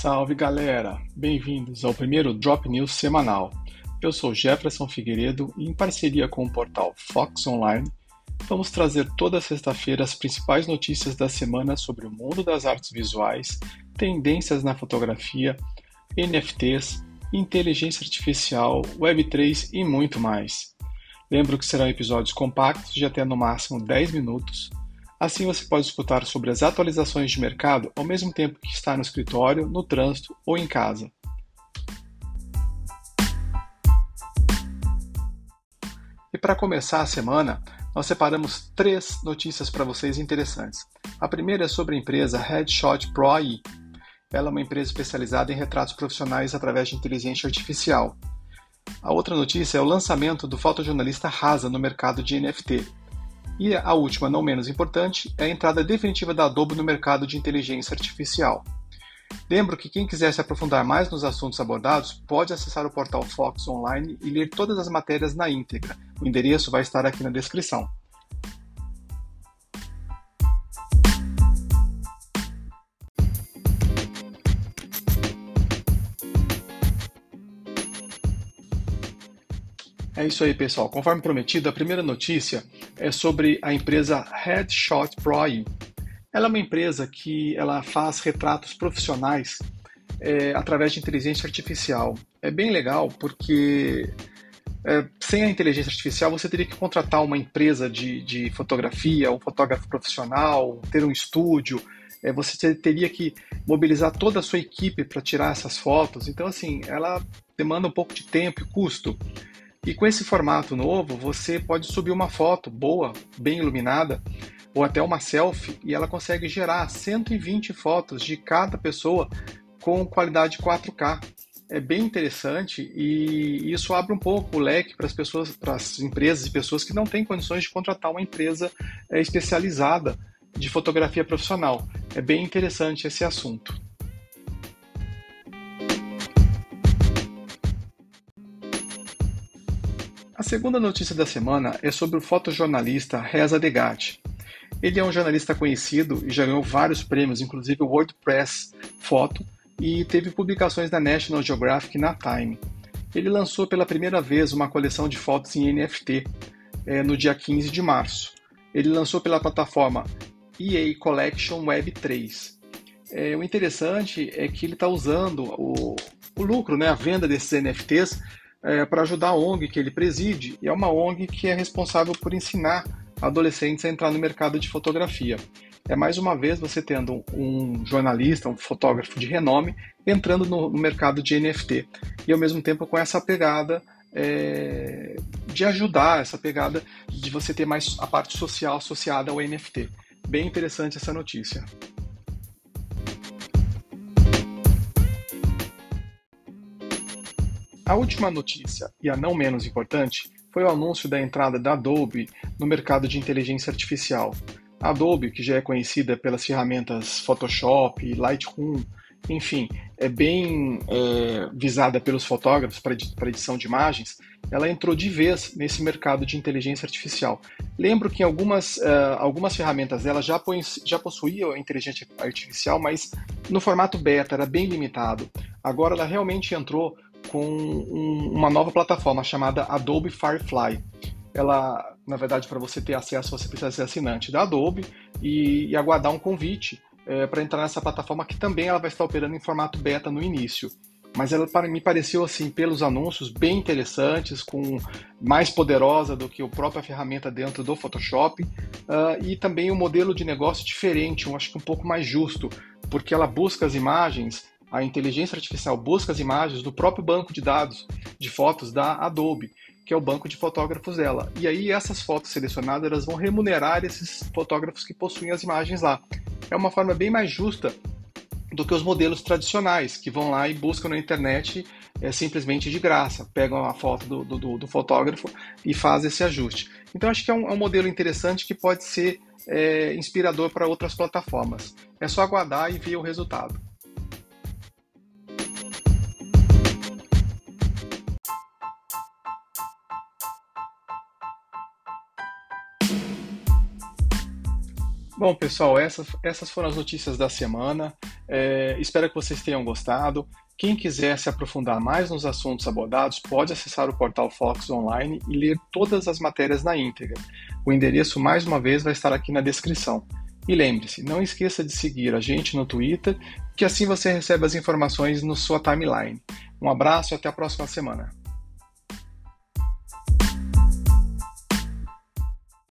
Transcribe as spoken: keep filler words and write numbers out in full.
Salve galera, bem-vindos ao primeiro Drop News semanal. Eu sou Jefferson Figueiredo e em parceria com o portal Fox Online, vamos trazer toda sexta-feira as principais notícias da semana sobre o mundo das artes visuais, tendências na fotografia, N F Ts, inteligência artificial, web três e muito mais. Lembro que serão episódios compactos de até no máximo dez minutos. Assim você pode escutar sobre as atualizações de mercado ao mesmo tempo que está no escritório, no trânsito ou em casa. E para começar a semana, nós separamos três notícias para vocês interessantes. A primeira é sobre a empresa Headshot Pro A I. Ela é uma empresa especializada em retratos profissionais através de inteligência artificial. A outra notícia é o lançamento do fotojornalista Rasa no mercado de N F T. E a última, não menos importante, é a entrada definitiva da Adobe no mercado de inteligência artificial. Lembro que quem quiser se aprofundar mais nos assuntos abordados pode acessar o portal Fox Online e ler todas as matérias na íntegra. O endereço vai estar aqui na descrição. É isso aí, pessoal. Conforme prometido, a primeira notícia é sobre a empresa Headshot Pro A I. Ela é uma empresa que ela faz retratos profissionais é, através de inteligência artificial. É bem legal porque é, sem a inteligência artificial você teria que contratar uma empresa de, de fotografia, um fotógrafo profissional, ter um estúdio. É, você teria que mobilizar toda a sua equipe para tirar essas fotos. Então, assim, ela demanda um pouco de tempo e custo. E com esse formato novo, você pode subir uma foto boa, bem iluminada, ou até uma selfie, e ela consegue gerar cento e vinte fotos de cada pessoa com qualidade quatro K. É bem interessante e isso abre um pouco o leque para as pessoas, para as empresas e pessoas que não têm condições de contratar uma empresa é, especializada de fotografia profissional. É bem interessante esse assunto. A segunda notícia da semana é sobre o fotojornalista Reza Degatti. Ele é um jornalista conhecido e já ganhou vários prêmios, inclusive o World Press Photo, e teve publicações na National Geographic e na Time. Ele lançou pela primeira vez uma coleção de fotos em N F T é, no dia quinze de março. Ele lançou pela plataforma E A Collection Web três. É, o interessante é que ele está usando o, o lucro, né, a venda desses N F Ts, É, para ajudar a ONG que ele preside, e é uma ONG que é responsável por ensinar adolescentes a entrar no mercado de fotografia. É mais uma vez você tendo um jornalista, um fotógrafo de renome, entrando no, no mercado de N F T, e ao mesmo tempo com essa pegada é, de ajudar, essa pegada de você ter mais a parte social associada ao N F T. Bem interessante essa notícia. A última notícia, e a não menos importante, foi o anúncio da entrada da Adobe no mercado de inteligência artificial. A Adobe, que já é conhecida pelas ferramentas Photoshop, Lightroom, enfim, é bem é, visada pelos fotógrafos para edição de imagens, ela entrou de vez nesse mercado de inteligência artificial. Lembro que algumas, uh, algumas ferramentas dela já, já possuíam a inteligência artificial, mas no formato beta, era bem limitado. Agora ela realmente entrou com um, uma nova plataforma chamada Adobe Firefly. Ela, na verdade, para você ter acesso, você precisa ser assinante da Adobe e, e aguardar um convite é, para entrar nessa plataforma, que também ela vai estar operando em formato beta no início. Mas ela para, me pareceu, assim, pelos anúncios, bem interessantes, com, mais poderosa do que a própria ferramenta dentro do Photoshop, uh, e também um modelo de negócio diferente, eu acho que um pouco mais justo, porque ela busca as imagens. A inteligência artificial busca as imagens do próprio banco de dados de fotos da Adobe, que é o banco de fotógrafos dela. E aí essas fotos selecionadas elas vão remunerar esses fotógrafos que possuem as imagens lá. É uma forma bem mais justa do que os modelos tradicionais, que vão lá e buscam na internet é, simplesmente de graça. Pegam a foto do, do, do fotógrafo e fazem esse ajuste. Então acho que é um, é um modelo interessante que pode ser é, inspirador para outras plataformas. É só aguardar e ver o resultado. Bom, pessoal, essas, essas foram as notícias da semana. É, espero que vocês tenham gostado. Quem quiser se aprofundar mais nos assuntos abordados, pode acessar o portal Fox Online e ler todas as matérias na íntegra. O endereço, mais uma vez, vai estar aqui na descrição. E lembre-se, não esqueça de seguir a gente no Twitter, que assim você recebe as informações na sua timeline. Um abraço e até a próxima semana.